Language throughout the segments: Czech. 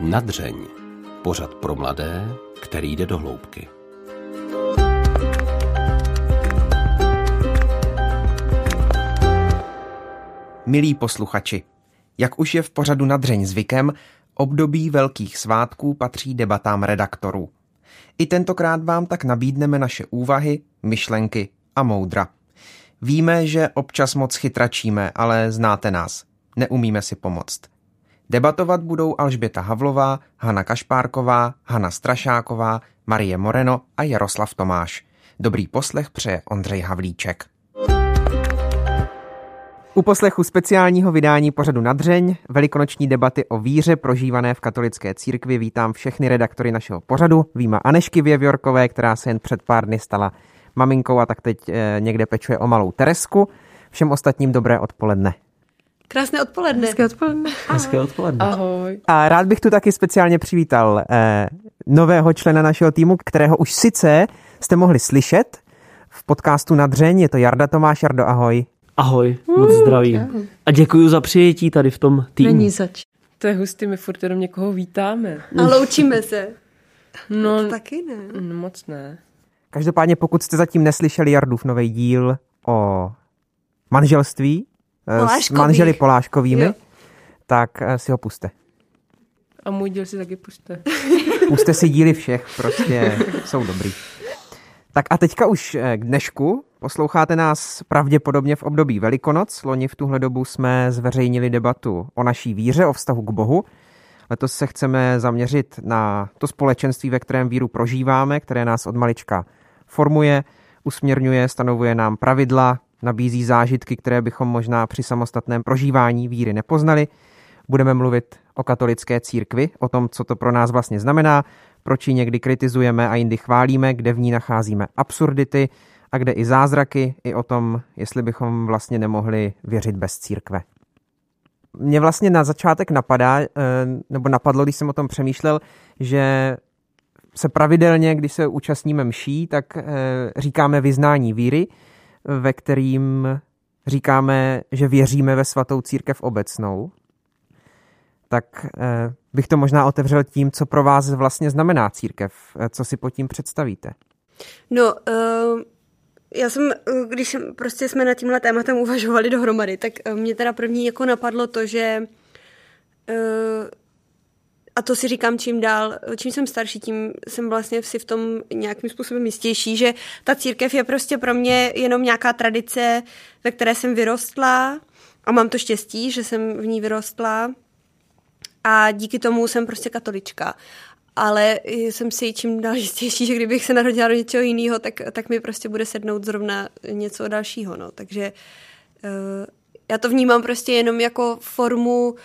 Nadřeň. Pořad pro mladé, který jde do hloubky. Milí posluchači, jak už je v pořadu Nadřeň zvykem, období velkých svátků patří debatám redaktorů. I tentokrát vám tak nabídneme naše úvahy, myšlenky a moudra. Víme, že občas moc chytračíme, ale znáte nás. Neumíme si pomoct. Debatovat budou Alžběta Havlová, Hana Kašpárková, Hana Strašáková, Marie Moreno a Jaroslav Tomáš. Dobrý poslech přeje Ondřej Havlíček. U poslechu speciálního vydání pořadu Nadřeň, velikonoční debaty o víře prožívané v katolické církvi, vítám všechny redaktory našeho pořadu, vyjma Anežky Věvjorkové, která se jen před pár dny stala maminkou a tak teď někde pečuje o malou Teresku. Všem ostatním dobré odpoledne. Krásné odpoledne. Hezké odpoledne. Hezké odpoledne. Ahoj. A rád bych tu taky speciálně přivítal nového člena našeho týmu, kterého už sice jste mohli slyšet v podcastu Nadřeň. Je to Jarda Tomáš. Jardo, ahoj. Ahoj, moc zdravím. A děkuji za přijetí tady v tom týmu. Není zač. To je hustý, my furt jenom někoho vítáme. A loučíme se. No, to taky ne. No, moc ne. Každopádně, pokud jste zatím neslyšeli Jardův nový díl o manželství s manželi Poláškovými, jo, tak si ho puste. A můj díl si taky puste. Puste si díly všech, prostě jsou dobrý. Tak a teďka už k dnešku. Posloucháte nás pravděpodobně v období Velikonoc. Loni v tuhle dobu jsme zveřejnili debatu o naší víře, o vztahu k Bohu. Letos se chceme zaměřit na to společenství, ve kterém víru prožíváme, které nás od malička formuje, usměrňuje, stanovuje nám pravidla, nabízí zážitky, které bychom možná při samostatném prožívání víry nepoznali. Budeme mluvit o katolické církvi, o tom, co to pro nás vlastně znamená, proč ji někdy kritizujeme a jindy chválíme, kde v ní nacházíme absurdity a kde i zázraky, i o tom, jestli bychom vlastně nemohli věřit bez církve. Mě vlastně na začátek napadlo, když jsem o tom přemýšlel, že se pravidelně, když se účastníme mší, tak říkáme vyznání víry, ve kterým říkáme, že věříme ve svatou církev obecnou. Tak bych to možná otevřel tím, co pro vás vlastně znamená církev. Co si pod tím představíte? No, já jsem, když prostě jsme nad tímhle tématem uvažovali dohromady, tak mě teda první jako napadlo to, že a to si říkám čím dál, čím jsem starší, tím jsem vlastně si v tom nějakým způsobem jistější, že ta církev je prostě pro mě jenom nějaká tradice, ve které jsem vyrostla a mám to štěstí, že jsem v ní vyrostla a díky tomu jsem prostě katolička. Ale jsem si čím dál jistější, že kdybych se narodila do něčeho jiného, tak mi prostě bude sednout zrovna něco dalšího. No. Takže já to vnímám prostě jenom jako formu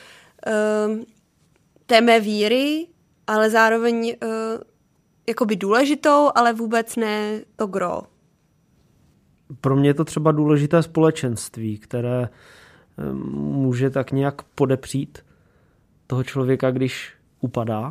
té mé víry, ale zároveň jakoby důležitou, ale vůbec ne to gro. Pro mě je to třeba důležité společenství, které může tak nějak podepřít toho člověka, když upadá.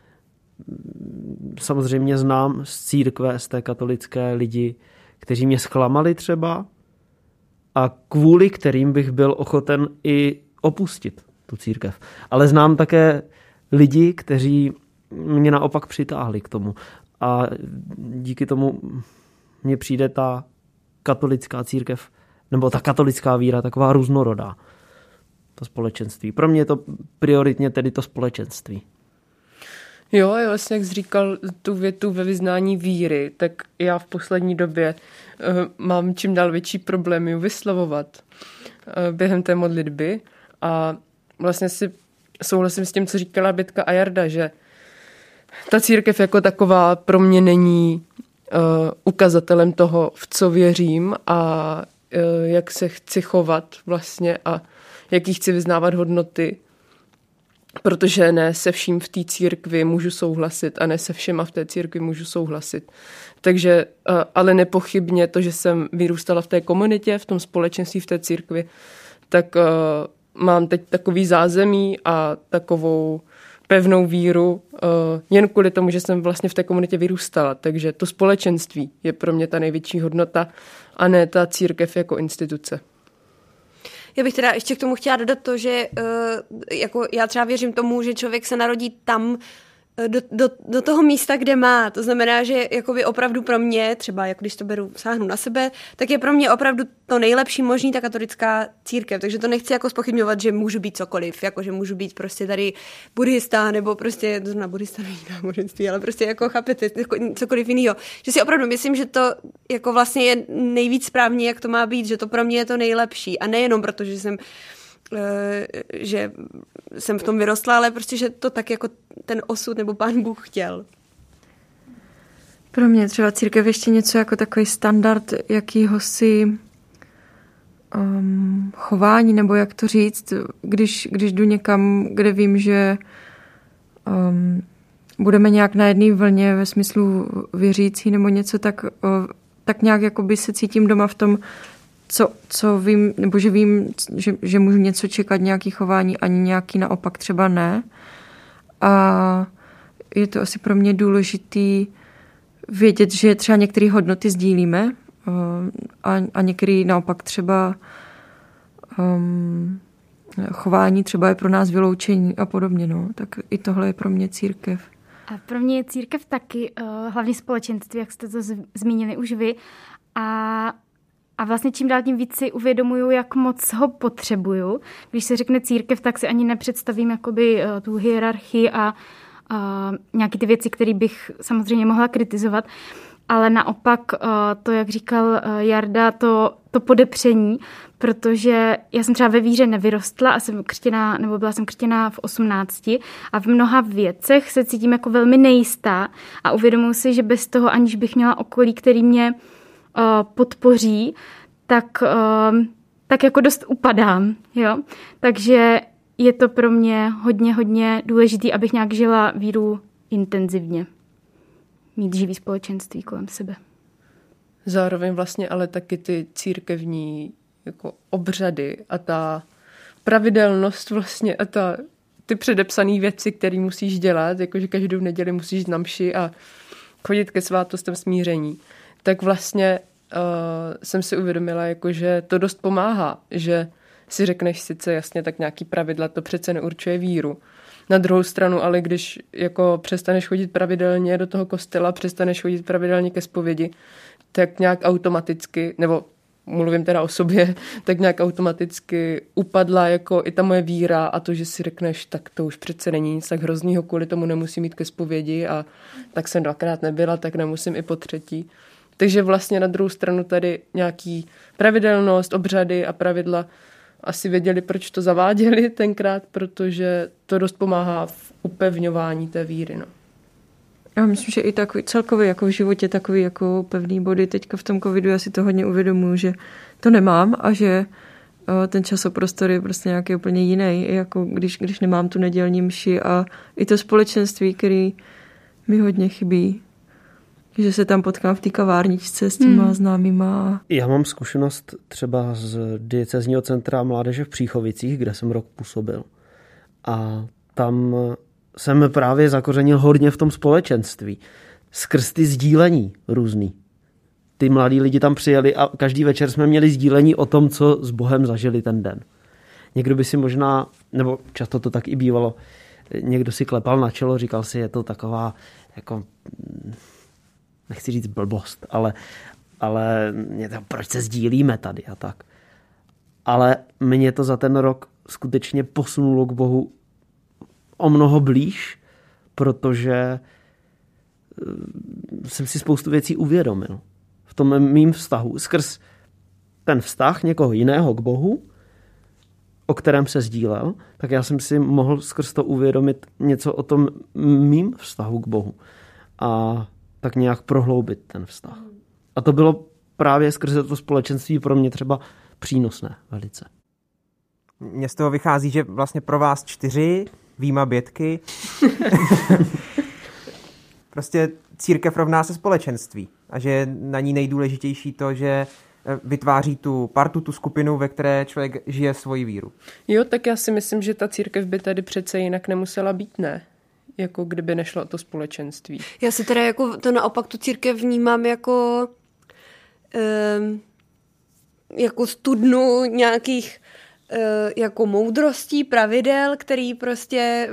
Samozřejmě znám z církve, z té katolické lidi, kteří mě zklamali třeba a kvůli kterým bych byl ochoten i opustit tu církev. Ale znám také lidi, kteří mě naopak přitáhli k tomu. A díky tomu mně přijde ta katolická církev, nebo ta katolická víra taková různorodá. To společenství. Pro mě je to prioritně tedy to společenství. Jo, vlastně jak jsi říkal tu větu ve vyznání víry, tak já v poslední době mám čím dál větší problémy vyslovovat během té modlitby a vlastně si souhlasím s tím, co říkala Bětka a Jarda, že ta církev jako taková pro mě není ukazatelem toho, v co věřím a jak se chci chovat vlastně a jaký chci vyznávat hodnoty, protože ne se vším v té církvi můžu souhlasit a ne se všema v té církvi můžu souhlasit. Takže, ale nepochybně to, že jsem vyrůstala v té komunitě, v tom společenství, v té církvi, tak mám teď takový zázemí a takovou pevnou víru jen kvůli tomu, že jsem vlastně v té komunitě vyrůstala. Takže to společenství je pro mě ta největší hodnota a ne ta církev jako instituce. Já bych teda ještě k tomu chtěla dodat to, že jako já třeba věřím tomu, že člověk se narodí tam, do toho místa, kde má. To znamená, že jakoby opravdu pro mě, třeba jako když to sáhnu na sebe, tak je pro mě opravdu to nejlepší možný ta katolická církev. Takže to nechci jako zpochybňovat, že můžu být cokoliv, jako že můžu být prostě tady buddhista, nebo prostě, to znamená buddhista není náboženství, ale prostě jako chápete, cokoliv jiného. Že si opravdu myslím, že to jako vlastně je nejvíc správně, jak to má být, že to pro mě je to nejlepší. A nejenom proto, že jsem v tom vyrostla, ale prostě, že to tak jako ten osud nebo Pán Bůh chtěl. Pro mě třeba církev ještě něco jako takový standard jakýhosi chování, nebo jak to říct, když jdu někam, kde vím, že budeme nějak na jedné vlně ve smyslu věřící nebo něco, tak nějak jakoby se cítím doma v tom, co vím, nebo že vím, že můžu něco čekat, nějaký chování, ani nějaký naopak třeba ne. A je to asi pro mě důležitý vědět, že třeba některé hodnoty sdílíme a některé naopak třeba chování třeba je pro nás vyloučení a podobně. No. Tak i tohle je pro mě církev. A pro mě je církev taky hlavně společenství, jak jste to zmínili už vy. A vlastně čím dál tím víc si uvědomuju, jak moc ho potřebuju. Když se řekne církev, tak si ani nepředstavím jakoby tu hierarchii a nějaké ty věci, které bych samozřejmě mohla kritizovat. Ale naopak to, jak říkal Jarda, to podepření, protože já jsem třeba ve víře nevyrostla a jsem křtěná, nebo byla jsem křtěná v 18 a v mnoha věcech se cítím jako velmi nejistá a uvědomuji si, že bez toho, aniž bych měla okolí, který mě podpoří, tak jako dost upadám. Jo? Takže je to pro mě hodně důležitý, abych nějak žila víru intenzivně. Mít živý společenství kolem sebe. Zároveň vlastně ale taky ty církevní jako obřady a ta pravidelnost vlastně a ty předepsané věci, které musíš dělat, jakože každou neděli musíš jít na mši a chodit ke svátostem smíření, tak vlastně jsem si uvědomila, že to dost pomáhá, že si řekneš sice jasně, tak nějaký pravidla to přece neurčuje víru. Na druhou stranu, ale když jako přestaneš chodit pravidelně do toho kostela, přestaneš chodit pravidelně ke zpovědi, tak nějak automaticky, nebo mluvím teda o sobě, tak nějak automaticky upadla jako i ta moje víra a to, že si řekneš, tak to už přece není nic tak hroznýho, kvůli tomu nemusím jít ke zpovědi a tak jsem 2krát nebyla, tak nemusím i po 3. Takže vlastně na druhou stranu tady nějaký pravidelnost, obřady a pravidla asi věděli, proč to zaváděli tenkrát, protože to dost pomáhá v upevňování té víry. No. Já myslím, že i takový celkově jako v životě takový jako pevný body. Teďka v tom covidu já si to hodně uvědomuji, že to nemám a že ten časoprostor je prostě nějaký úplně jiný, jako když nemám tu nedělní mši a i to společenství, který mi hodně chybí. Že se tam potkám v té kavárničce s těma známýma. Já mám zkušenost třeba z diecézního centra mládeže v Příchovicích, kde jsem rok působil. A tam jsem právě zakořenil hodně v tom společenství. Skrz ty sdílení různý. Ty mladí lidi tam přijeli a každý večer jsme měli sdílení o tom, co s Bohem zažili ten den. Někdo by si možná, nebo často to tak i bývalo, někdo si klepal na čelo, říkal si, je to taková jako... nechci říct blbost, ale proč se sdílíme tady a tak. Ale mě to za ten rok skutečně posunulo k Bohu o mnoho blíž, protože jsem si spoustu věcí uvědomil. V tom mým vztahu. Skrz ten vztah někoho jiného k Bohu, o kterém se sdílel, tak já jsem si mohl skrz to uvědomit něco o tom mým vztahu k Bohu. A tak nějak prohloubit ten vztah. A to bylo právě skrze to společenství pro mě třeba přínosné velice. Mně z toho vychází, že vlastně pro vás 4, výjima Bětky, prostě církev rovná se společenství. A že je na ní nejdůležitější to, že vytváří tu partu, tu skupinu, ve které člověk žije svoji víru. Jo, tak já si myslím, že ta církev by tady přece jinak nemusela být, ne? Jako kdyby nešlo o to společenství. Já si teda jako to naopak tu církev vnímám jako studnu nějakých jako moudrostí, pravidel, který prostě,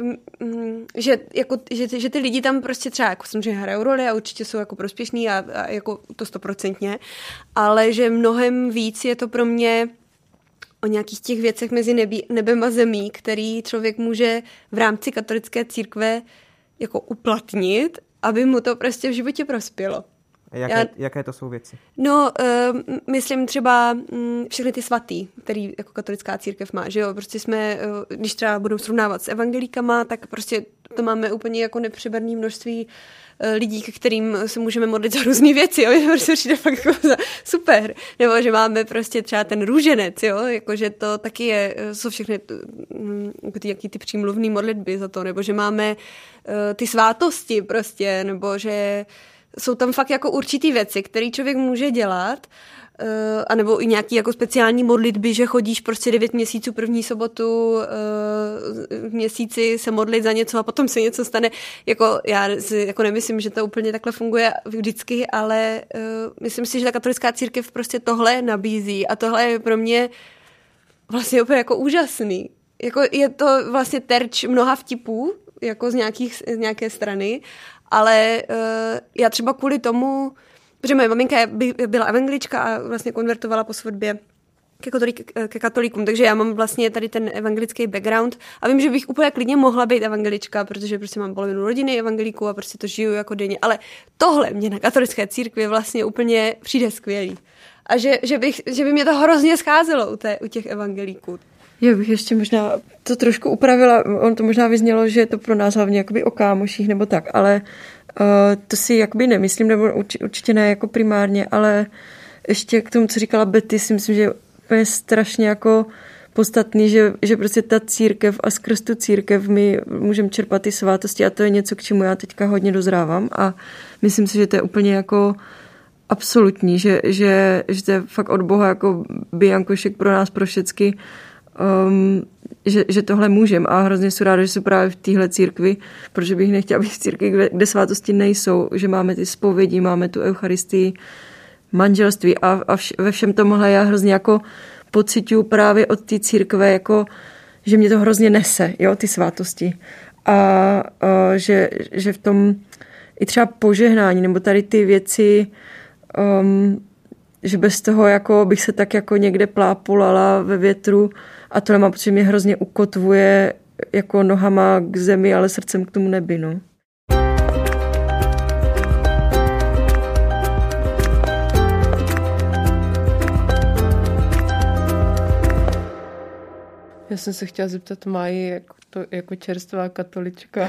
že ty lidi tam prostě třeba jako samozřejmě hrajou roli a určitě jsou jako prospěšný a jako to 100%, ale že mnohem víc je to pro mě o nějakých těch věcech mezi nebem a zemí, který člověk může v rámci katolické církve jako uplatnit, aby mu to prostě v životě prospělo. Jaké to jsou věci? No, myslím třeba všechny ty svatý, který jako katolická církev má, že jo, prostě jsme, když třeba budou srovnávat s evangelíkama, tak prostě to máme úplně jako nepřeberné množství lidí, k kterým se můžeme modlit za různé věci, jo, prostě přijde fakt jako super, nebo že máme prostě třeba ten růženec, jo, jakože to taky je, jsou všechny jaký ty přímluvný modlitby za to, nebo že máme ty svátosti prostě, nebo že jsou tam fakt jako určitý věci, které člověk může dělat, anebo i nějaký jako speciální modlitby, že chodíš prostě 9 měsíců první sobotu v měsíci se modlit za něco a potom se něco stane. Jako, já si jako nemyslím, že to úplně takhle funguje vždycky, ale myslím si, že ta katolická církev prostě tohle nabízí a tohle je pro mě vlastně úplně jako úžasný. Jako je to vlastně terč mnoha vtipů, jako z nějaké strany, ale já třeba kvůli tomu, protože moje maminka byla evangelička a vlastně konvertovala po svatbě ke katolíkům, takže já mám vlastně tady ten evangelický background a vím, že bych úplně klidně mohla být evangelička, protože prostě mám polovinu rodiny evangelíků a prostě to žiju jako denně, ale tohle mě na katolické církvi vlastně úplně přijde skvělý. A že by mě to hrozně scházelo u těch evangelíků. Já bych ještě možná to trošku upravila, on to možná vyznělo, že je to pro nás hlavně jakoby o kámoších nebo tak, ale to si jakoby nemyslím, nebo určitě ne jako primárně, ale ještě k tomu, co říkala Betty, si myslím, že je úplně strašně jako podstatný, že prostě ta církev a skrz tu církev my můžeme čerpat ty svátosti a to je něco, k čemu já teďka hodně dozrávám a myslím si, že to je úplně jako absolutní, že to je fakt od Boha jako biankošek pro nás, pro všecky, že tohle můžem a hrozně jsem ráda, že jsem právě v téhle církvi, protože bych nechtěla být v církvi, kde svátosti nejsou, že máme ty zpovědi, máme tu eucharistii, manželství a ve všem tomhle já hrozně jako pociťuju právě od té církve, jako, že mě to hrozně nese, jo, ty svátosti a že v tom i třeba požehnání nebo tady ty věci, že bez toho jako bych se tak jako někde plápolala ve větru a tohle mám, protože mě hrozně ukotvuje jako nohama k zemi, ale srdcem k tomu nebi, no. Já jsem se chtěla zeptat Máji, jako čerstvá katolička.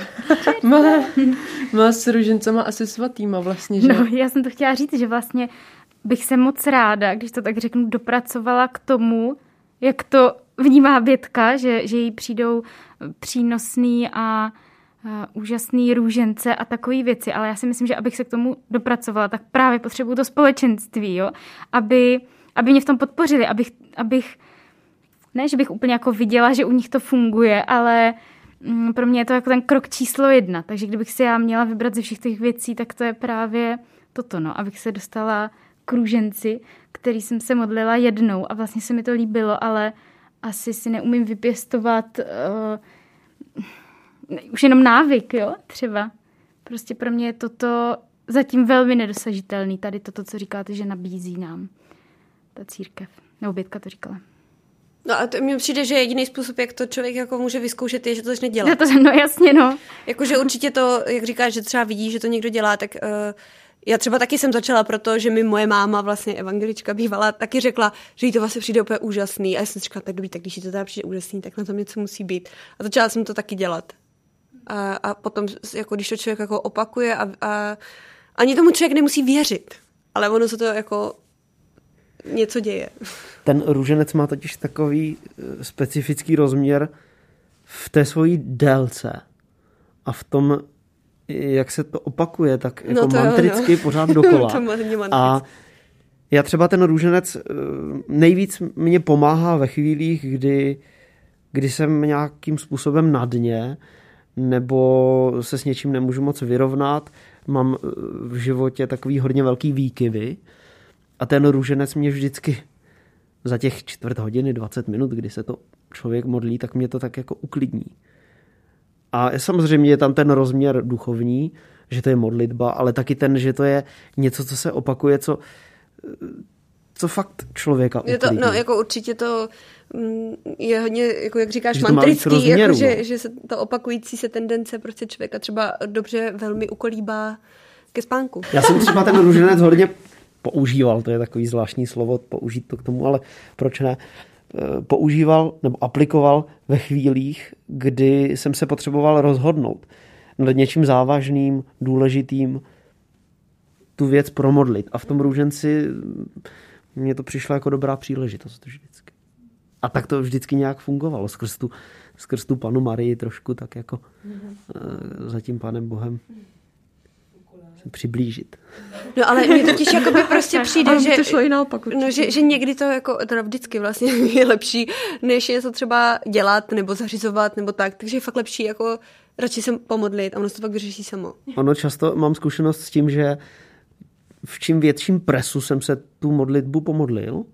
Má s ružencama a se svatýma vlastně, že? No, já jsem to chtěla říct, že vlastně bych se moc ráda, když to tak řeknu, dopracovala k tomu, jak to vnímá Bětka, že jí přijdou přínosný a úžasný růžence a takové věci, ale já si myslím, že abych se k tomu dopracovala, tak právě potřebuju to společenství, jo? Aby mě v tom podpořili, abych ne, že bych úplně jako viděla, že u nich to funguje, ale pro mě je to jako ten krok číslo 1, takže kdybych si já měla vybrat ze všech těch věcí, tak to je právě toto, no, abych se dostala k růženci, který jsem se modlila jednou a vlastně se mi to líbilo, ale asi si neumím vypěstovat už jenom návyk, jo, třeba. Prostě pro mě je toto zatím velmi nedosažitelný, tady toto, co říkáte, že nabízí nám ta církev. Nebo Bětka to říkala. No a to mně přijde, že jediný způsob, jak to člověk jako může vyzkoušet, je, že to začne dělat. No jasně, no. Jakože určitě to, jak říkáš, že třeba vidí, že to někdo dělá, tak já třeba taky jsem začala proto, že mi moje máma, vlastně evangelička bývala, taky řekla, že jí to vlastně přijde úplně úžasný. A já jsem říkala, tak dobrý, tak když jí to teda přijde úžasný, tak na tom něco musí být. A začala jsem to taky dělat. A potom, jako když to člověk jako opakuje a ani tomu člověk nemusí věřit, ale ono se to jako něco děje. Ten růženec má totiž takový specifický rozměr v té svojí délce a v tom, jak se to opakuje, tak jako mantricky pořád dokola. A já třeba ten růženec nejvíc mě pomáhá ve chvílích, kdy jsem nějakým způsobem na dně, nebo se s něčím nemůžu moc vyrovnat, mám v životě takový hodně velký výkyvy a ten růženec mě vždycky za těch 4 hodiny, 20 minut, kdy se to člověk modlí, tak mě to tak jako uklidní. A samozřejmě je tam ten rozměr duchovní, že to je modlitba, ale taky ten, že to je něco, co se opakuje, co fakt člověka uklidní. No, jako určitě to je hodně, jako jak říkáš, mantrický, jako, že se to opakující se tendence prostě člověka třeba dobře velmi ukolíbá ke spánku. Já jsem třeba ten růženec hodně používal, to je takový zvláštní slovo, použít to k tomu, ale proč ne? Používal nebo aplikoval ve chvílích, kdy jsem se potřeboval rozhodnout nad něčím závažným, důležitým, tu věc promodlit. A v tom růženci mně to přišlo jako dobrá příležitost vždycky. A tak to vždycky nějak fungovalo skrz tu Panu Marii trošku tak jako za tím Pánem Bohem přiblížit. No ale mně totiž jakoby prostě přijde, že to šlo i naopak, že někdy to jako, teda vždycky vlastně je lepší, než něco třeba dělat nebo zařizovat nebo tak, takže je fakt lepší jako radši se pomodlit a ono se to pak vyřeší samo. Ono často mám zkušenost s tím, že v čím větším presu jsem se tu modlitbu pomodlil,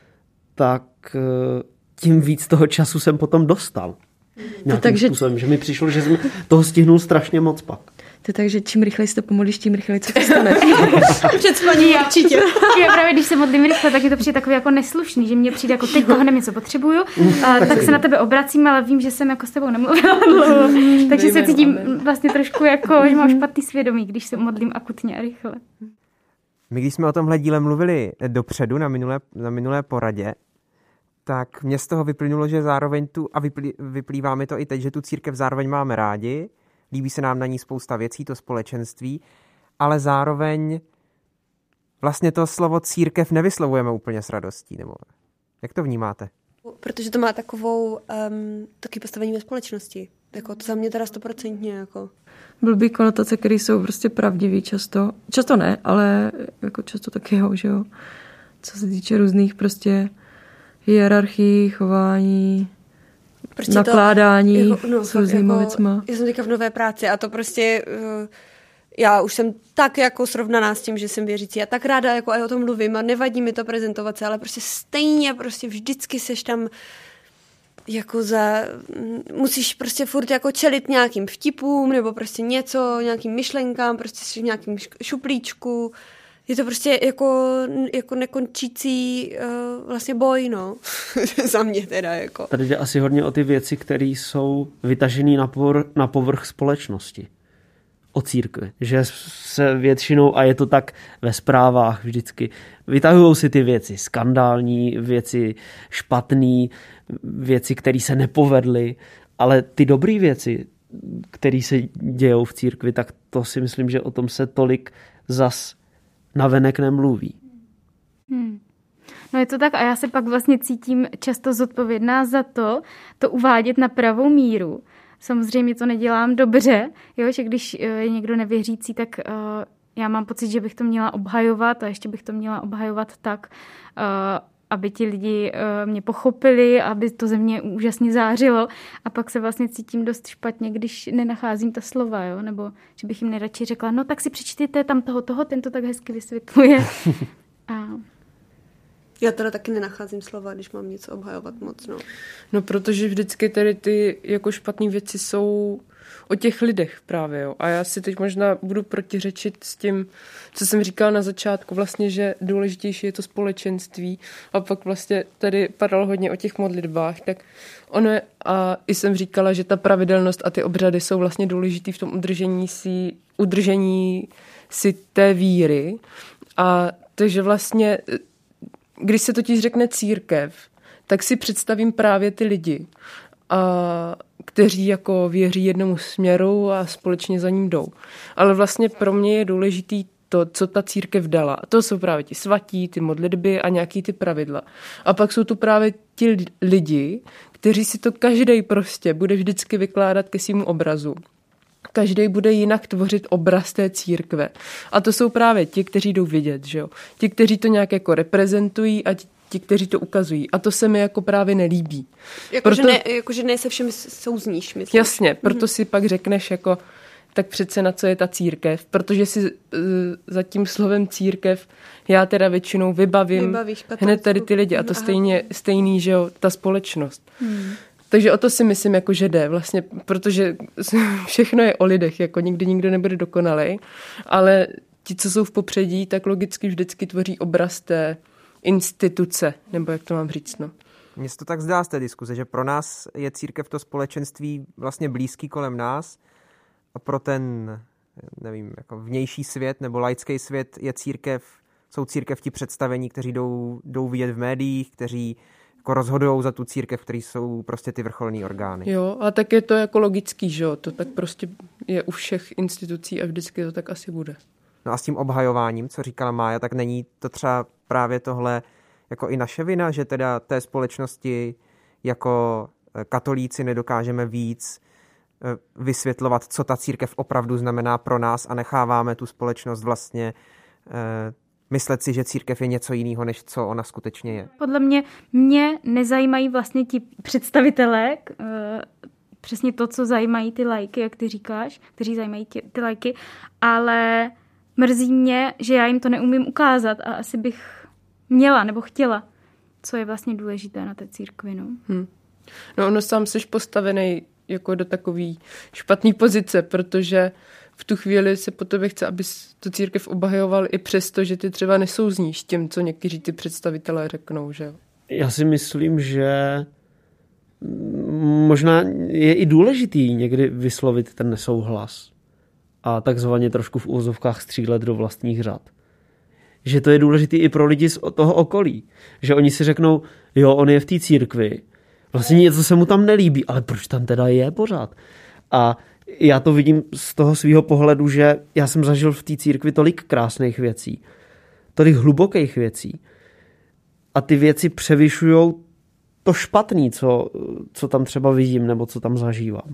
tak tím víc toho času jsem potom dostal. Nějakým způsobem, že mi přišlo, že jsem toho stihnul strašně moc pak. Takže čím rychleji se to pomodlíš, tím rychleji co to stane. Před spaní určitě. Já právě, když se modlím rychle, tak je to přijde takový jako neslušný, že mě přijde jako teď hned něco potřebuju, tak se na tebe obracím, ale vím, že jsem jako s tebou nemluvila dlouho. Takže se cítím vlastně trošku jako, že mám špatný svědomí, když se modlím akutně a rychle. My když jsme o tomhle díle mluvili dopředu na minulé poradě, tak mě z toho vyplynulo, že zároveň vyplývá mi to i teď, že tu církev zároveň máme rádi, líbí se nám na ní spousta věcí, to společenství, ale zároveň vlastně to slovo církev nevyslovujeme úplně s radostí. Nebo jak to vnímáte? Protože to má takovou taky postavení ve společnosti. Jako to za mě teda 100%. Jako. Blbý konotace, které jsou prostě pravdivý často. Často ne, ale jako často taky že jo. Co se týče různých prostě hierarchií, chování, prostě nakládání s různýma věcma. Já jsem teďka v nové práci a to prostě já už jsem tak jako srovnaná s tím, že jsem věřící. Já tak ráda jako o tom mluvím a nevadí mi to prezentovat se, ale prostě stejně prostě vždycky seš tam jako musíš prostě furt jako čelit nějakým vtipům nebo prostě něco, nějakým myšlenkám, prostě jsi v nějakým šuplíčku. Je to prostě jako nekončící vlastně boj, no. Za mě teda, jako. Tady jde asi hodně o ty věci, které jsou vytažené na povrch společnosti. O církvi. Že se většinou, a je to tak ve zprávách vždycky, vytahují si ty věci skandální, věci špatné, věci, které se nepovedly, ale ty dobré věci, které se dějou v církvi, tak to si myslím, že o tom se tolik zas navenek nemluví. No je to tak a já se pak vlastně cítím často zodpovědná za to uvádět na pravou míru. Samozřejmě to nedělám dobře, jo, že když je někdo nevěřící, tak já mám pocit, že bych to měla obhajovat a ještě bych to měla obhajovat tak, aby ti lidi mě pochopili, aby to ze mě úžasně zářilo a pak se vlastně cítím dost špatně, když nenacházím ta slova, jo? Nebo že bych jim nejradši řekla, no tak si přečtěte tam toho, ten to tak hezky vysvětluje. Já teda taky nenacházím slova, když mám něco obhajovat moc, no. No, protože vždycky tady ty jako špatné věci jsou o těch lidech právě, jo. A já si teď možná budu protiřečit s tím, co jsem říkala na začátku, vlastně, že důležitější je to společenství a pak vlastně tady padalo hodně o těch modlitbách, tak ono je, a i jsem říkala, že ta pravidelnost a ty obřady jsou vlastně důležitý v tom udržení si té víry a takže vlastně když se totiž řekne církev, tak si představím právě ty lidi, kteří jako věří jednomu směru a společně za ním jdou. Ale vlastně pro mě je důležitý to, co ta církev dala. A to jsou právě ti svatí, ty modlitby a nějaký ty pravidla. A pak jsou tu právě ti lidi, kteří si to každej prostě bude vždycky vykládat ke svému obrazu. Každý bude jinak tvořit obraz té církve. A to jsou právě ti, kteří jdou vidět, že jo. Ti, kteří to nějak jako reprezentují a ti, kteří to ukazují. A to se mi jako právě nelíbí. Že ne se všemi souzníš, myslím. Jasně, proto si pak řekneš jako, tak přece na co je ta církev? Protože si za tím slovem církev já teda většinou vybavím hned tady ty lidi a to stejný, že jo, ta společnost. Takže o to si myslím, jako, že jde vlastně, protože všechno je o lidech, jako nikdo nebude dokonalej, ale ti, co jsou v popředí, tak logicky vždycky tvoří obraz té instituce, nebo jak to mám říct, no. Mně se to tak zdá z té diskuze, že pro nás je církev to společenství vlastně blízký kolem nás a pro ten, nevím, jako vnější svět nebo laický svět jsou církev ti představení, kteří jdou vidět v médiích, kteří jako rozhodujou za tu církev, který jsou prostě ty vrcholný orgány. Jo, a tak je to jako logický, že jo, to tak prostě je u všech institucí a vždycky to tak asi bude. No a s tím obhajováním, co říkala Mája, tak není to třeba právě tohle jako i naše vina, že teda té společnosti jako katolíci nedokážeme víc vysvětlovat, co ta církev opravdu znamená pro nás a necháváme tu společnost vlastně myslet si, že církev je něco jiného, než co ona skutečně je. Podle mě nezajímají vlastně ti představitelé, přesně to, co zajímají ty lajky, jak ty říkáš, kteří zajímají ty lajky, ale mrzí mě, že já jim to neumím ukázat a asi bych měla nebo chtěla, co je vlastně důležité na té církvi. No, no ono sám jsi postavený jako do takový špatný pozice, protože v tu chvíli se po tebe chce, aby tu církev obhajoval i přesto, že ty třeba nesouzníš tím, co někteří ty představitelé řeknou, že jo? Já si myslím, že možná je i důležitý někdy vyslovit ten nesouhlas a takzvaně trošku v uvozovkách střílet do vlastních řad. Že to je důležitý i pro lidi z toho okolí. Že oni si řeknou, jo, on je v té církvi, vlastně něco se mu tam nelíbí, ale proč tam teda je pořád? A já to vidím z toho svého pohledu, že já jsem zažil v té církvi tolik krásných věcí, tolik hlubokých věcí a ty věci převyšují to špatný, co tam třeba vidím nebo co tam zažívám.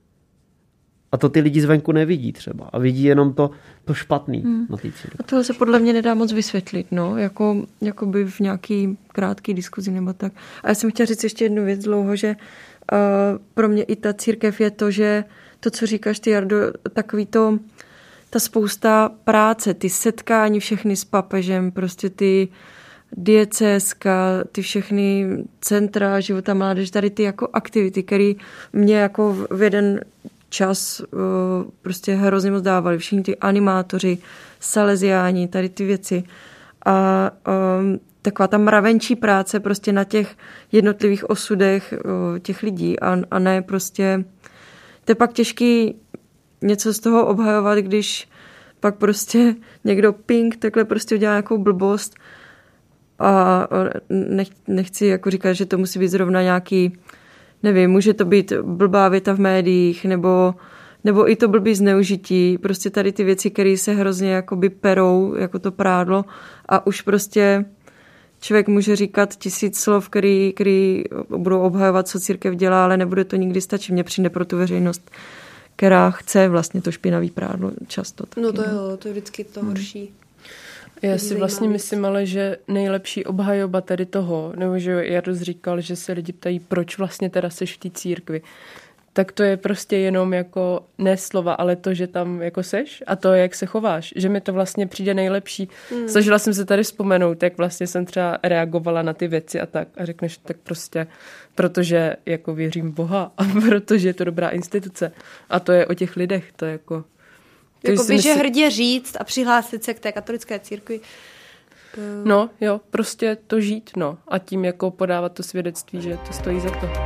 A to ty lidi zvenku nevidí třeba a vidí jenom to špatný na té církvi. A toho se podle mě nedá moc vysvětlit, no, jako by v nějaký krátký diskuzi nebo tak. A já jsem chtěla říct ještě jednu věc dlouho, že pro mě i ta církev je to, že to, co říkáš ty, Jardo, takový to, ta spousta práce, ty setkání všechny s papežem, prostě ty diecéska, ty všechny centra života mládeže, tady ty jako aktivity, které mě jako v jeden čas prostě hrozně moc dávali. Všichni ty animátoři, saleziáni, tady ty věci. A taková ta mravenčí práce prostě na těch jednotlivých osudech těch lidí a ne prostě to je pak těžký něco z toho obhajovat, když pak prostě někdo takhle prostě udělá nějakou blbost a nechci jako říkat, že to musí být zrovna nějaký, nevím, může to být blbá věta v médiích nebo i to blbý zneužití, prostě tady ty věci, které se hrozně jakoby perou, jako to prádlo a už prostě člověk může říkat 1000 slov, který budou obhajovat, co církev dělá, ale nebude to nikdy stačit. Mně přijde pro tu veřejnost, která chce vlastně to špinavý prádlo často. Taky, no to jo, to je vždycky to horší. Já si vlastně myslím, ale že nejlepší obhajoba tady toho, nebo že Jardos říkal, že se lidi ptají, proč vlastně teda seš v té církvi. Tak to je prostě jenom jako ne slova, ale to, že tam jako seš a to, jak se chováš, že mi to vlastně přijde nejlepší. Snažila jsem se tady vzpomenout, jak vlastně jsem třeba reagovala na ty věci a tak a řekneš tak prostě, protože jako věřím Boha a protože je to dobrá instituce a to je o těch lidech, to je jako... Jakoby, že hrdě říct a přihlásit se k té katolické církvi. No jo, prostě to žít, no a tím jako podávat to svědectví, že to stojí za to.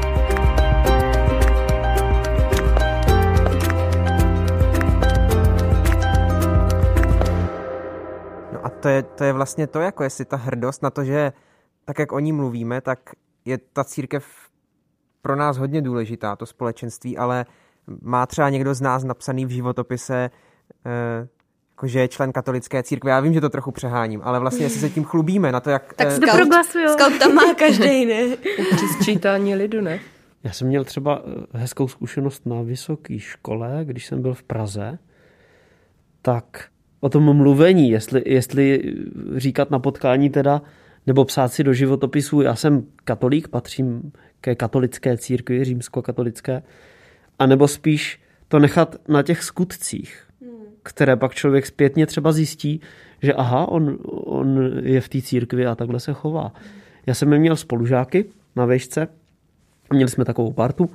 To je vlastně to, jako jestli ta hrdost na to, že tak, jak o ní mluvíme, tak je ta církev pro nás hodně důležitá, to společenství, ale má třeba někdo z nás napsaný v životopise, že je člen katolické církve. Já vím, že to trochu přeháním, ale vlastně jestli se tím chlubíme na to, jak... Tak scout tam má každej, ne? Při sčítání lidu, ne? Já jsem měl třeba hezkou zkušenost na vysoké škole, když jsem byl v Praze, tak o tom mluvení, jestli říkat na potkání teda, nebo psát si do životopisu, já jsem katolík, patřím ke katolické církvi, římskokatolické, anebo spíš to nechat na těch skutcích, které pak člověk zpětně třeba zjistí, že aha, on je v té církvi a takhle se chová. Já jsem měl spolužáky na vejšce, měli jsme takovou partu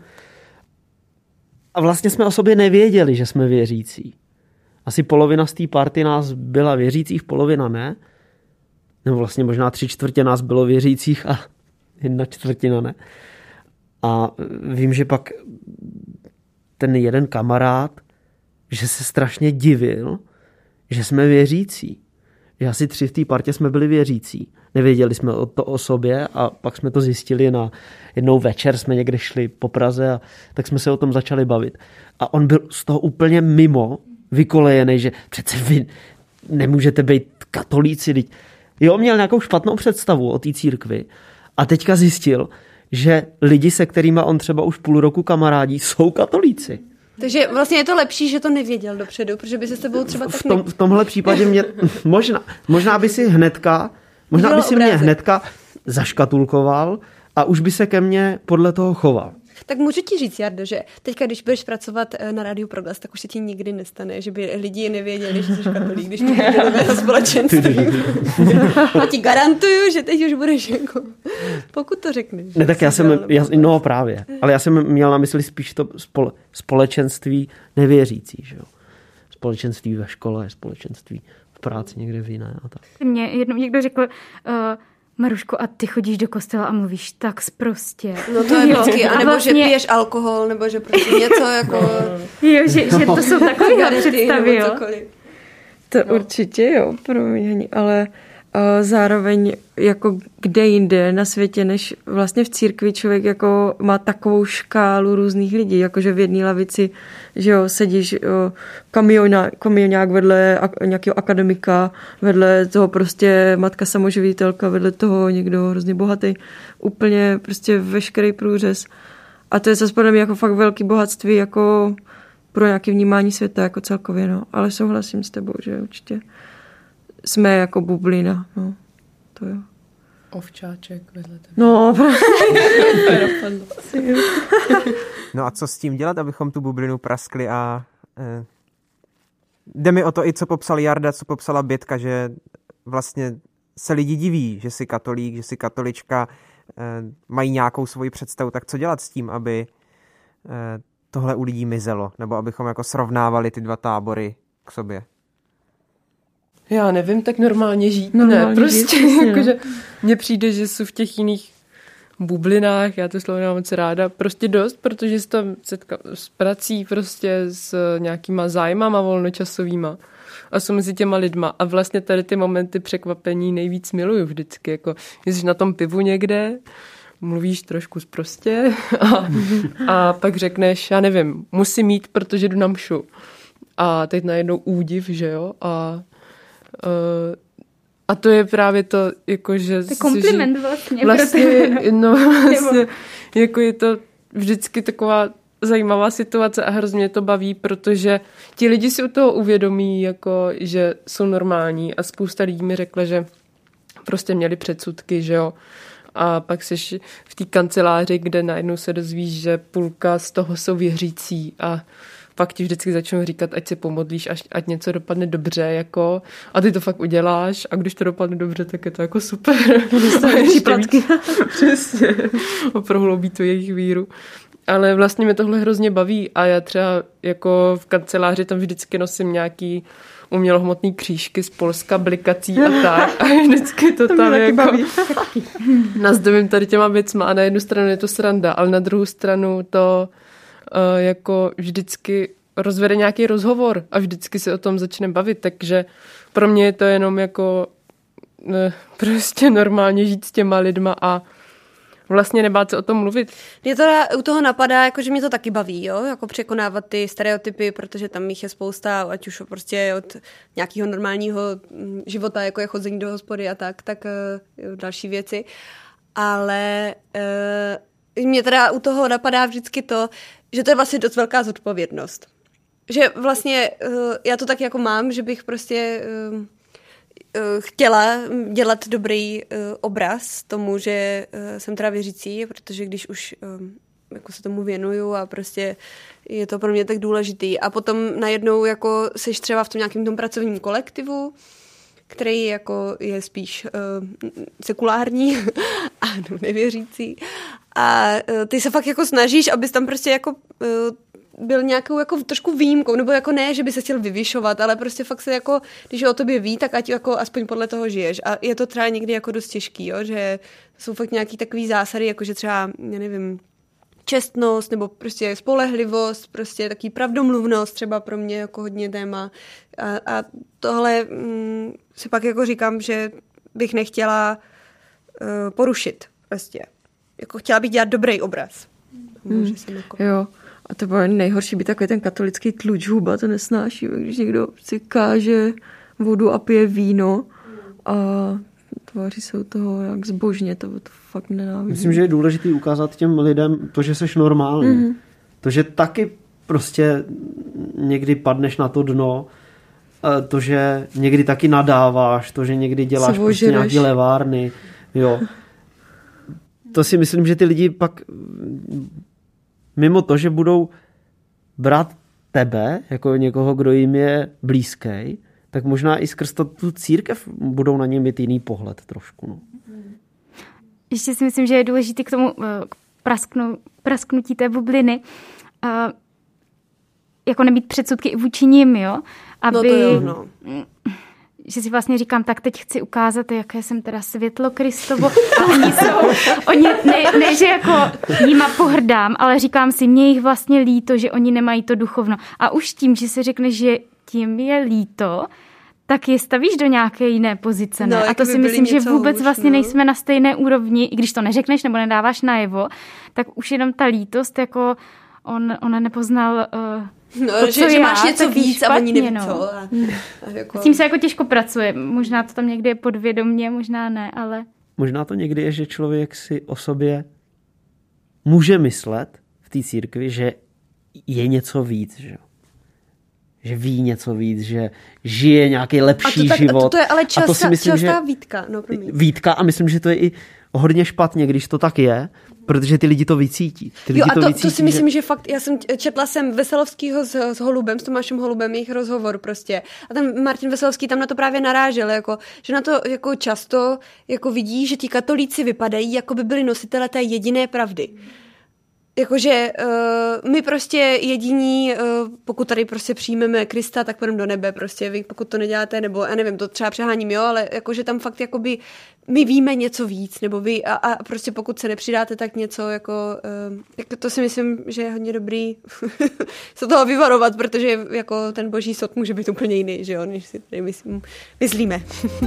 a vlastně jsme o sobě nevěděli, že jsme věřící. Asi polovina z té party nás byla věřících, polovina ne. Nebo vlastně možná 3/4 nás bylo věřících a 1/4 ne. A vím, že pak ten jeden kamarád, že se strašně divil, že jsme věřící. Že asi 3 v té partě jsme byli věřící. Nevěděli jsme to o sobě a pak jsme to zjistili na jednou večer, jsme někde šli po Praze a tak jsme se o tom začali bavit. A on byl z toho úplně mimo, vykolejený, že přece vy nemůžete být katolíci. Jo, měl nějakou špatnou představu o té církvi a teďka zjistil, že lidi, se kterými on třeba už půl roku kamarádí, jsou katolíci. Takže vlastně je to lepší, že to nevěděl dopředu, protože by se s tebou třeba tak... V tomhle případě mě... Možná by si hnedka... Možná by si mě hnedka zaškatulkoval a už by se ke mně podle toho choval. Tak můžu ti říct, Jardo, že teďka, když budeš pracovat na Rádiu Proglas, tak už se ti nikdy nestane, že by lidi nevěděli, že jsi katolík, když ty na společenství. A ti garantuju, že teď už budeš jako... Pokud to řekneš. Ne, tak no právě. Ale já jsem měl na mysli spíš to společenství nevěřící, že jo. Společenství ve škole, společenství v práci někde v jiné a tak. Mě jednou někdo řekl... Maruško, a ty chodíš do kostela a mluvíš tak sprostě. No to je vždycky, anebo vlastně... že piješ alkohol, nebo že prostě něco jako... Jo, že to jsou takové představy, jo. To určitě jo, promiň, ale zároveň jako kde jinde na světě, než vlastně v církvi člověk jako má takovou škálu různých lidí, jakože v jedné lavici, že jo, sedíš kamionák vedle nějakého akademika, vedle toho prostě matka samoživitelka, vedle toho někdo hrozně bohatý, úplně prostě veškerý průřez. A to je zase podle mě jako fakt velký bohatství jako pro nějaké vnímání světa jako celkově, no. Ale souhlasím s tebou, že určitě jsme jako bublina, no. To jo. Ovčáček vedle tebe. No, No a co s tím dělat, abychom tu bublinu praskli a jde mi o to i, co popsal Jarda, co popsala Bětka, že vlastně se lidi diví, že jsi katolík, že jsi katolička, mají nějakou svoji představu, tak co dělat s tím, aby tohle u lidí mizelo, nebo abychom jako srovnávali ty dva tábory k sobě? Já nevím, tak normálně žít. Normálně ne, prostě žít, jakože mně přijde, že jsou v těch jiných bublinách, já to slovo mám moc ráda, prostě dost, protože se tam setkám s prací, prostě s nějakýma zájmama volnočasovýma a jsou mezi těma lidma a vlastně tady ty momenty překvapení nejvíc miluju vždycky, jako jsi na tom pivu někde, mluvíš trošku sprostě a pak řekneš, já nevím, musím jít, protože jdu na mšu. A teď najednou údiv, že jo, a to je právě to, jako, že... To je kompliment vlastně. Vlastně, jako je to vždycky taková zajímavá situace a hrozně mě to baví, protože ti lidi si u toho uvědomí, jako, že jsou normální a spousta lidí mi řekla, že prostě měli předsudky, že jo. A pak jsi v té kanceláři, kde najednou se dozvíš, že půlka z toho jsou věřící a pak ti vždycky začnou říkat, ať se pomodlíš, ať něco dopadne dobře, jako, a ty to fakt uděláš a když to dopadne dobře, tak je to jako super. Přesně. A prohloubí to jejich víru. Ale vlastně mě tohle hrozně baví a já třeba jako v kanceláři tam vždycky nosím nějaký umělohmotný křížky z Polska, blikací a tak. A vždycky to tam jako nazdobím tady těma věcma a na jednu stranu je to sranda, ale na druhou stranu to jako vždycky rozvede nějaký rozhovor a vždycky se o tom začne bavit, takže pro mě je to jenom jako prostě normálně žít s těma lidma a vlastně nebát se o tom mluvit. Mě to u toho napadá, jako, že mě to taky baví, jo? Jako překonávat ty stereotypy, protože tam jich je spousta, ať už prostě od nějakého normálního života, jako je chození do hospody a tak další věci. Ale mě teda u toho napadá vždycky to, že to je vlastně dost velká zodpovědnost. Že vlastně já to tak jako mám, že bych prostě chtěla dělat dobrý obraz tomu, že jsem teda věřící, protože když už jako se tomu věnuju a prostě je to pro mě tak důležitý. A potom najednou jako seš třeba v tom nějakém tom pracovním kolektivu, který jako je spíš sekulární a nevěřící. A ty se fakt jako snažíš, abys tam prostě jako byl nějakou jako trošku výjimkou, nebo jako ne, že by se chtěl vyvyšovat, ale prostě fakt se jako, když o tobě ví, tak ať jako aspoň podle toho žiješ. A je to třeba někdy jako dost těžký, jo, že jsou fakt nějaký takový zásady, jako že třeba, já nevím, čestnost, nebo prostě spolehlivost, prostě takový pravdomluvnost, třeba pro mě jako hodně téma. A tohle si pak jako říkám, že bych nechtěla porušit prostě. Jako chtěla bych dělat dobrý obraz. Jako... Jo. A to bylo nejhorší, by takový ten katolický tlučhuba, to nesnáším, když někdo si káže vodu a pije víno a tváří se u toho jak zbožně, to fakt nenávidím. Myslím, že je důležité ukázat těm lidem to, že seš normální. Mm-hmm. To, že taky prostě někdy padneš na to dno, to, že někdy taky nadáváš, to, že někdy děláš prostě nějaký levárny. Jo. To si myslím, že ty lidi pak mimo to, že budou brát tebe jako někoho, kdo jim je blízký, tak možná i skrz tu církev budou na ně mít jiný pohled trošku. No. Ještě si myslím, že je důležité k tomu prasknutí té bubliny jako nebýt předsudky i vůči nim, jo? Aby, no to jo, no. Že si vlastně říkám, tak teď chci ukázat, jaké jsem teda světlo Kristovo. A oni ne, že jako nima pohrdám, ale říkám si, mě jich vlastně líto, že oni nemají to duchovno. A už tím, že si řekneš, že tím je líto, tak je stavíš do nějaké jiné pozice. Ne? No, a to si myslím, že vůbec vlastně nejsme na stejné úrovni, i když to neřekneš nebo nedáváš najevo, tak už jenom ta lítost, jako ona nepoznal... No, že máš něco víc špatně, a oni neví co. S tím se jako těžko pracuje. Možná to tam někdy je podvědomě, možná ne, ale... Možná to někdy je, že člověk si o sobě může myslet v té církvi, že je něco víc, že ví něco víc, že žije nějaký lepší život. To je ale častá výtka. No, výtka a myslím, že to je i hodně špatně, když to tak je, protože ty lidi to vycítí. To si myslím, že fakt, četla jsem Veselovskýho s Holubem, s Tomášem Holubem, jejich rozhovor prostě. A ten Martin Veselovský tam na to právě narážel, jako, že na to jako často jako vidí, že ti katolíci vypadají, jako by byli nositele té jediné pravdy. Jakože my prostě jediní, pokud tady prostě přijmeme Krista, tak půjdeme do nebe prostě, vy pokud to neděláte, nebo já nevím, to třeba přeháním, jo, ale jakože tam fakt jakoby my víme něco víc, nebo vy a prostě pokud se nepřidáte, tak něco jako to si myslím, že je hodně dobrý se toho vyvarovat, protože jako ten boží soud může být úplně jiný, že jo, než si tady myslíme.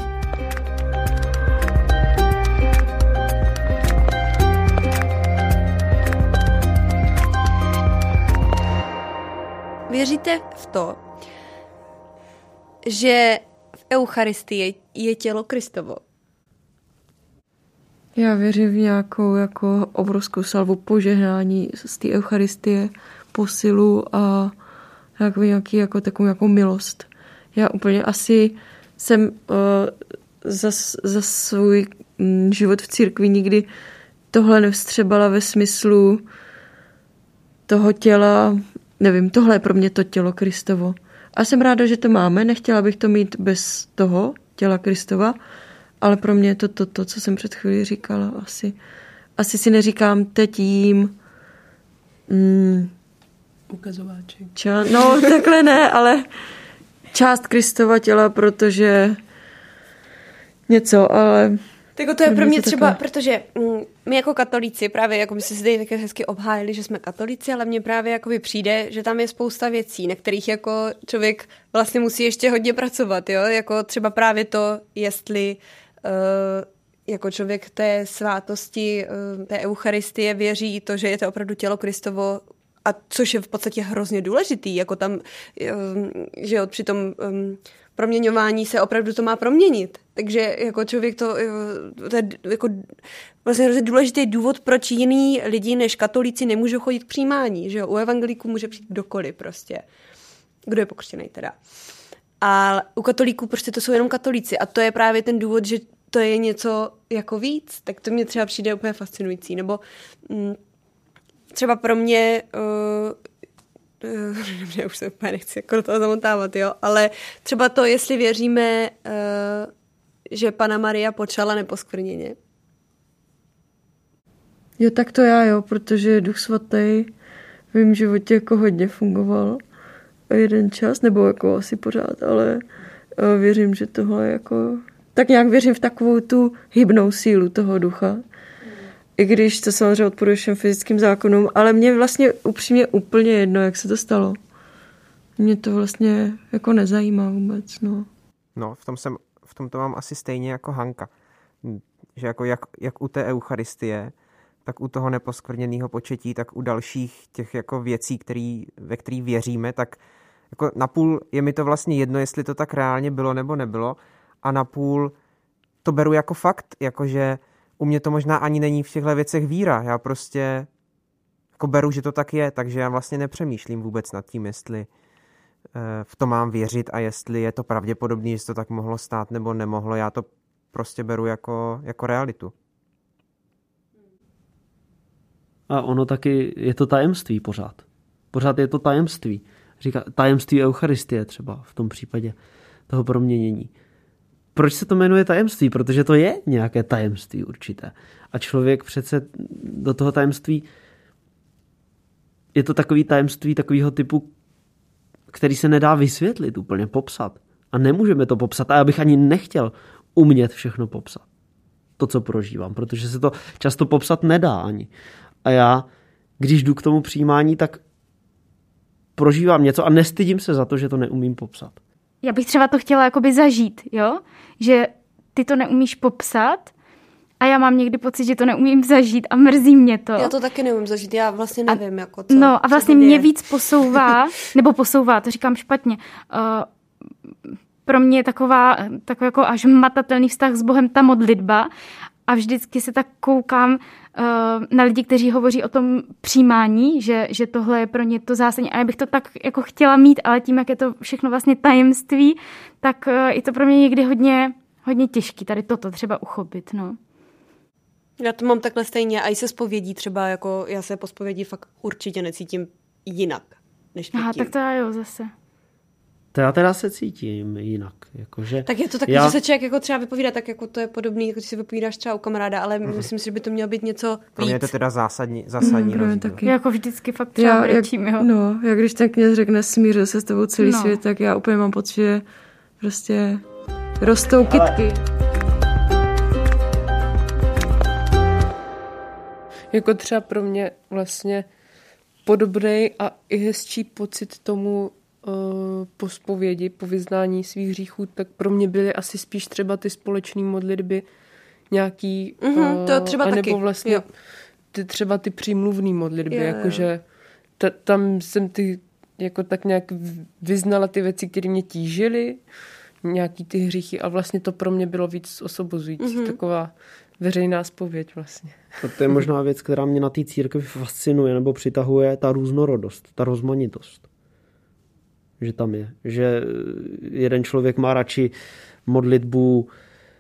Věříte v to, že v Eucharistii je tělo Kristovo? Já věřím v nějakou jako obrovskou salvu požehnání z té Eucharistie, posilu a nějaký jako takovou jako milost. Já úplně asi jsem za svůj život v církvi nikdy tohle nevstřebala ve smyslu toho těla. Nevím, tohle je pro mě to tělo Kristovo. A jsem ráda, že to máme, nechtěla bych to mít bez toho těla Kristova, ale pro mě je to, co jsem před chvílí říkala. Asi si neříkám, teď jím... Ukazováči. No, takhle ne, ale část Kristova těla, protože něco, ale... Tak to je pro mě třeba, protože my jako katolíci právě, jako my se zde také hezky obhájili, že jsme katolíci, ale mně právě jakoby přijde, že tam je spousta věcí, na kterých jako člověk vlastně musí ještě hodně pracovat, jo, jako třeba právě to, jestli jako člověk té svátosti, té Eucharistie věří to, že je to opravdu tělo Kristovo, a což je v podstatě hrozně důležitý, jako tam, že jo, při tom proměňování se opravdu to má proměnit. Takže jako člověk to je jako vlastně hrozně důležitý důvod, proč jiný lidi než katolíci nemůžou chodit k přijímání, že jo, u evangelíků může přijít kdokoliv prostě. Kdo je pokřtěný teda. A u katolíků prostě to jsou jenom katolíci a to je právě ten důvod, že to je něco jako víc, tak to mě třeba přijde úplně fascinující. Nebo třeba pro mě, dobře, už se úplně nechci jako do toho zamotávat, jo, ale třeba to, jestli věříme, že Panna Maria počala neposkvrněně. Jo, tak to já, jo, protože Duch svatý v mém životě jako hodně fungoval jeden čas, nebo jako asi pořád, ale věřím, že tohle jako... Tak nějak věřím v takovou tu hybnou sílu toho ducha. I když to samozřejmě odporuje všem fyzickým zákonům, ale mě vlastně upřímně úplně jedno, jak se to stalo. Mě to vlastně jako nezajímá vůbec, no. No, v tom to mám asi stejně jako Hanka. Že jako jak u té eucharistie, tak u toho neposkvrněného početí, tak u dalších těch jako věcí, ve kterých věříme, tak jako napůl je mi to vlastně jedno, jestli to tak reálně bylo nebo nebylo, a napůl to beru jako fakt, jakože u mě to možná ani není v těchto věcech víra. Já prostě jako beru, že to tak je, takže já vlastně nepřemýšlím vůbec nad tím, jestli v to mám věřit a jestli je to pravděpodobné, že to tak mohlo stát nebo nemohlo. Já to prostě beru jako realitu. A ono taky je to tajemství pořád. Pořád je to tajemství. Říká tajemství Eucharistie třeba v tom případě toho proměnění. Proč se to jmenuje tajemství? Protože to je nějaké tajemství určité. A člověk přece do toho tajemství, je to takový tajemství takového typu, který se nedá vysvětlit úplně, popsat. A nemůžeme to popsat. A já bych ani nechtěl umět všechno popsat. To, co prožívám. Protože se to často popsat nedá ani. A já, když jdu k tomu přijímání, tak prožívám něco a nestydím se za to, že to neumím popsat. Já bych třeba to chtěla jakoby zažít, jo? Že ty to neumíš popsat a já mám někdy pocit, že to neumím zažít a mrzí mě to. Já to taky neumím zažít, já vlastně nevím, jako co. No a vlastně mě víc posouvá, to říkám špatně, pro mě je takový jako až hmatatelný vztah s Bohem ta modlitba a vždycky se tak koukám na lidi, kteří hovoří o tom přijímání, že tohle je pro ně to zásadní a já bych to tak jako chtěla mít, ale tím, jak je to všechno vlastně tajemství, tak je to pro mě někdy hodně těžký tady toto třeba uchopit, no. Já to mám takhle stejně a i se zpovědí třeba, jako já se po zpovědí fakt určitě necítím jinak, než předtím. Aha, tak to já jo zase. To já teda se cítím jinak. Jakože tak je to taky, že se člověk jako třeba vypovídá, tak jako to je podobný, jako když si vypovídáš třeba u kamaráda, ale myslím si, že by to mělo být něco víc. Pro mě je to teda zásadní rozdíl. Taky. Jako vždycky fakt třeba brečím, jo. No, jak když tak mě řekne smířil se s tebou celý svět, tak já úplně mám pocit, že prostě rostou kytky. Jako třeba pro mě vlastně podobný a i hezčí pocit tomu po zpovědi, po vyznání svých hříchů, tak pro mě byly asi spíš třeba ty společné modlitby nějaký, to třeba anebo taky. vlastně třeba ty přímluvné modlitby, jakože tam jsem ty jako tak nějak vyznala ty věci, které mě tížily, nějaký ty hříchy a vlastně to pro mě bylo víc osobozující, taková veřejná zpověď vlastně. A to je možná věc, která mě na té církvi fascinuje nebo přitahuje, ta různorodost, ta rozmanitost. Že tam je. Že jeden člověk má radši modlitbu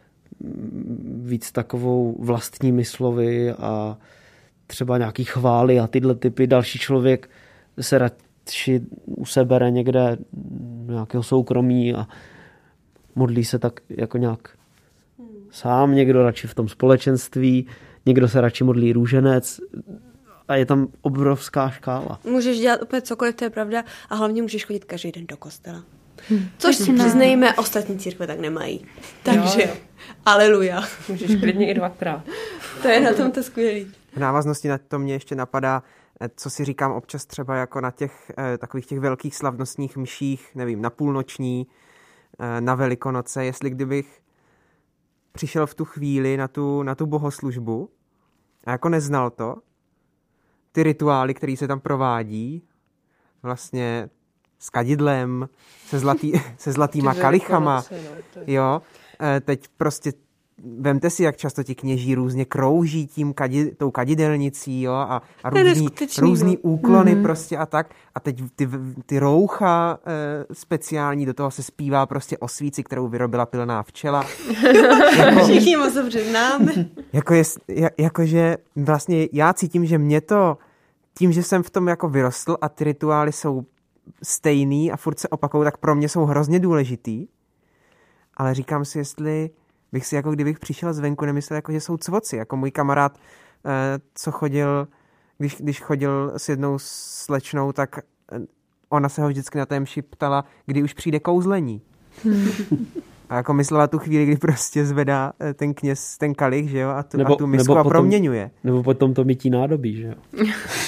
víc takovou vlastními slovy a třeba nějaký chvály a tyhle typy. Další člověk se radši u sebe bere někde nějakého soukromí a modlí se tak jako nějak sám, někdo radši v tom společenství, někdo se radši modlí růženec a je tam obrovská škála. Můžeš dělat úplně cokoliv, to je pravda, a hlavně můžeš chodit každý den do kostela. Což si přiznejme, ostatní církve tak nemají. Takže, aleluja. Můžeš klidně i dvakrát. To je na tom to skvělý. V návaznosti na to mě ještě napadá, co si říkám občas třeba jako na těch takových těch velkých slavnostních mších, nevím, na půlnoční, na Velikonoce, jestli kdybych přišel v tu chvíli na tu bohoslužbu a jako neznal to, ty rituály, které se tam provádí, vlastně s kadidlem, se zlatýma kalichama, jo, teď prostě vemte si, jak často ti kněží různě krouží tou kadidelnicí, jo, a různý úklony prostě a tak. A teď ty roucha speciální, do toho se zpívá prostě o svíci, kterou vyrobila pilná včela. Všichni moc dobře známe. Jakože vlastně já cítím, že mě to tím, že jsem v tom jako vyrostl a ty rituály jsou stejný a furt se opakují, tak pro mě jsou hrozně důležitý. Ale říkám si, jestli bych si jako kdybych přišel zvenku nemyslel, jako že jsou cvoci. Jako můj kamarád, co chodil, když chodil s jednou slečnou, tak ona se ho vždycky na té mši ptala, kdy už přijde kouzlení. A jako myslela tu chvíli, kdy prostě zvedá ten kněz ten kalich, že jo, a tu misku a proměňuje. Nebo potom to mytí nádobí, že jo.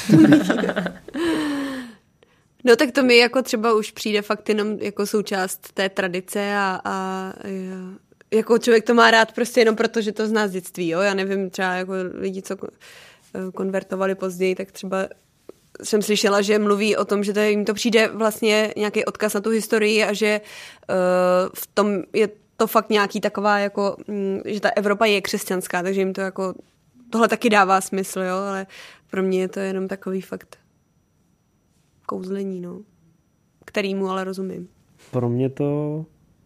No tak to mi jako třeba už přijde fakt jenom jako součást té tradice a jako člověk to má rád prostě jenom proto, že to zná z dětství, jo. Já nevím, třeba jako lidi, co konvertovali později, tak třeba jsem slyšela, že mluví o tom, že to jim to přijde vlastně nějaký odkaz na tu historii a že v tom je to fakt nějaký taková jako, že ta Evropa je křesťanská, takže jim to jako tohle taky dává smysl, jo, ale pro mě je to jenom takový fakt kouzlení, no, kterýmu ale rozumím. Pro mě to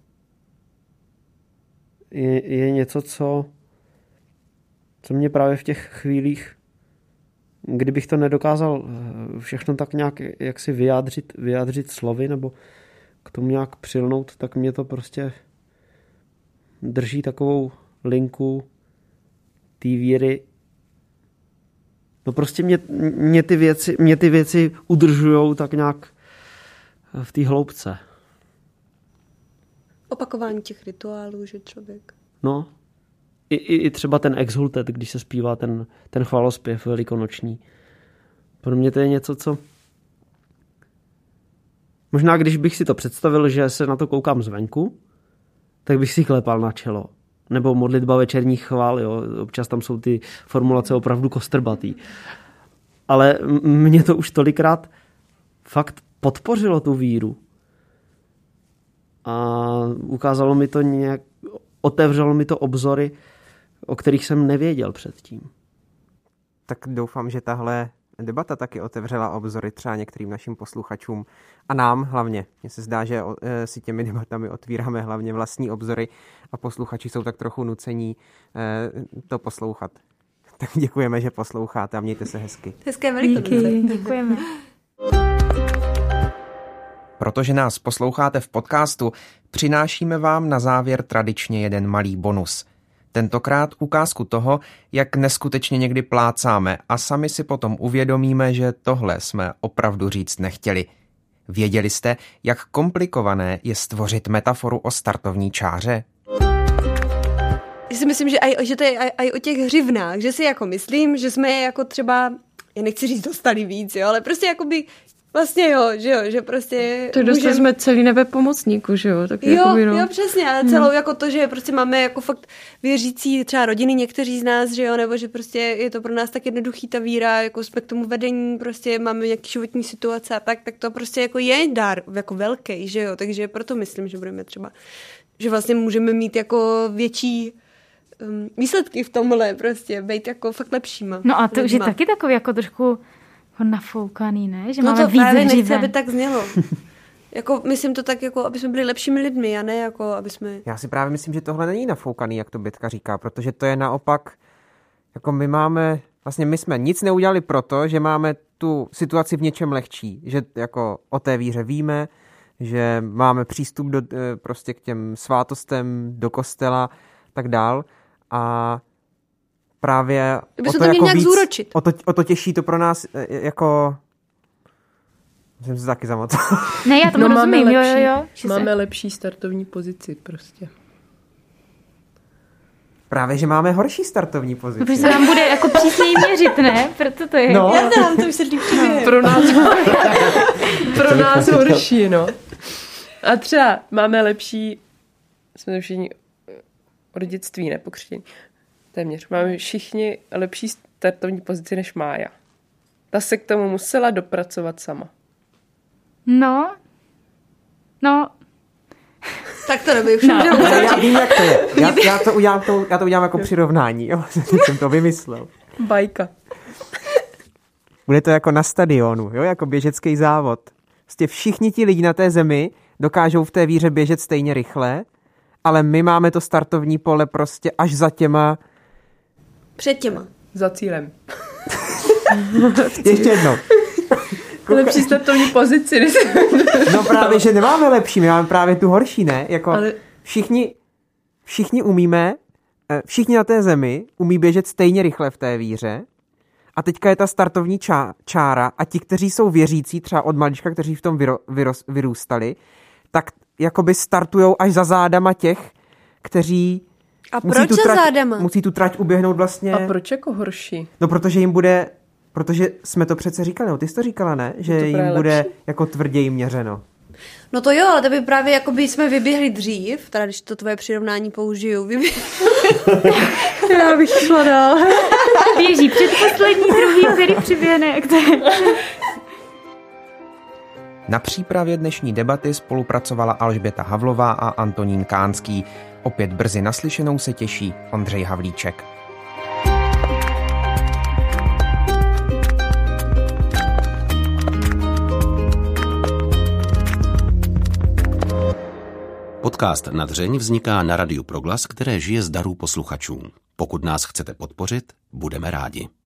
je něco, co mě právě v těch chvílích, kdybych to nedokázal všechno tak nějak jaksi vyjádřit slovy nebo k tomu nějak přilnout, tak mě to prostě drží takovou linku té víry. No prostě mě ty věci udržujou tak nějak v té hloubce. Opakování těch rituálů, že člověk... No, i třeba ten exultet, když se zpívá ten chválospěv velikonoční. Pro mě to je něco, co... Možná, když bych si to představil, že se na to koukám zvenku, tak bych si klepal na čelo. Nebo modlitba večerních chvál, jo. Občas tam jsou ty formulace opravdu kostrbatý. Ale mě to už tolikrát fakt podpořilo tu víru. A ukázalo mi to nějak... Otevřelo mi to obzory, o kterých jsem nevěděl předtím. Tak doufám, že tahle debata taky otevřela obzory třeba některým našim posluchačům a nám hlavně. Mně se zdá, že si těmi debatami otvíráme hlavně vlastní obzory a posluchači jsou tak trochu nucení to poslouchat. Tak děkujeme, že posloucháte a mějte se hezky. Hezké Velikonoce. Děkujeme. Protože nás posloucháte v podcastu, přinášíme vám na závěr tradičně jeden malý bonus. Tentokrát ukázku toho, jak neskutečně někdy plácáme a sami si potom uvědomíme, že tohle jsme opravdu říct nechtěli. Věděli jste, jak komplikované je stvořit metaforu o startovní čáře? Já si myslím, že to je i o těch hřivnách, že si jako myslím, že jsme je jako třeba, já nechci říct dostali víc, jo, ale prostě jakoby vlastně jo, že prostě... Tak dostali jsme celý nebe pomocníku, že jo? Tak jo, přesně, ale celou jako to, že prostě máme jako fakt věřící třeba rodiny někteří z nás, že jo, nebo že prostě je to pro nás tak jednoduchý ta víra, jako jsme k tomu vedení, prostě máme nějaký životní situace a tak to prostě jako je dar jako velký, že jo, takže proto myslím, že budeme třeba, že vlastně můžeme mít jako větší výsledky v tomhle prostě, být jako fakt lepšíma. No a to už je taky takový jako trošku nafoukaný, ne? Že no máme to víc právě hřiven. nechci, aby tak znělo. Jako, myslím to tak, jako, aby jsme byli lepšími lidmi, a ne jako, aby jsme... Já si právě myslím, že tohle není nafoukaný, jak to Bětka říká, protože to je naopak, jako my jsme nic neudělali proto, že máme tu situaci v něčem lehčí, že jako o té víře víme, že máme přístup prostě k těm svátostem, do kostela, tak dál a právě to jako víc, o to těžší to pro nás jako... Jsem se taky zamotal. Ne, já tomu rozumím, jo. Máme lepší startovní pozici prostě. Právě, že máme horší startovní pozici. No, protože se nám bude jako přísněji měřit, ne? Proto to je. No. Já znám, to vysvětlí příběh. Pro nás horší, no. A třeba máme lepší, jsme to všichni od dětství nepokřtění. Téměř. Máme všichni lepší startovní pozici než Mája. Ta se k tomu musela dopracovat sama. No. Tak to nebyl už. Já vím, jak to je. Já to udělám jako přirovnání. Jo? Jsem to vymyslel. Bajka. Bude to jako na stadionu, jo? Jako běžecký závod. Prostě všichni ti lidi na té zemi dokážou v té víře běžet stejně rychle, ale my máme to startovní pole prostě až za těma... Před těma. Za cílem. Ještě jednou. Lepší startovní pozici. No právě, že nemáme lepší, my máme právě tu horší, ne? Jako ale... všichni umíme, všichni na té zemi umí běžet stejně rychle v té víře a teďka je ta startovní čára a ti, kteří jsou věřící, třeba od malička, kteří v tom vyrůstali, tak jakoby startujou až za zádama těch, kteří musí tu trať uběhnout vlastně. A proč jako horší? No, protože jsme to přece říkali, no ty jsi to říkala, ne? Že jim bude lepší? Jako tvrději měřeno. No to jo, ale to by právě jako by jsme vyběhli dřív, teda když to tvoje přirovnání použiju, Já bych šla dál. Běží předposlední, druhý, který přiběhne. Na přípravě dnešní debaty spolupracovala Alžběta Havlová a Antonín Kánský. Opět brzy naslyšenou se těší Ondřej Havlíček. Podcast Nadřeň vzniká na Radiu Proglas, které žije z darů posluchačů. Pokud nás chcete podpořit, budeme rádi.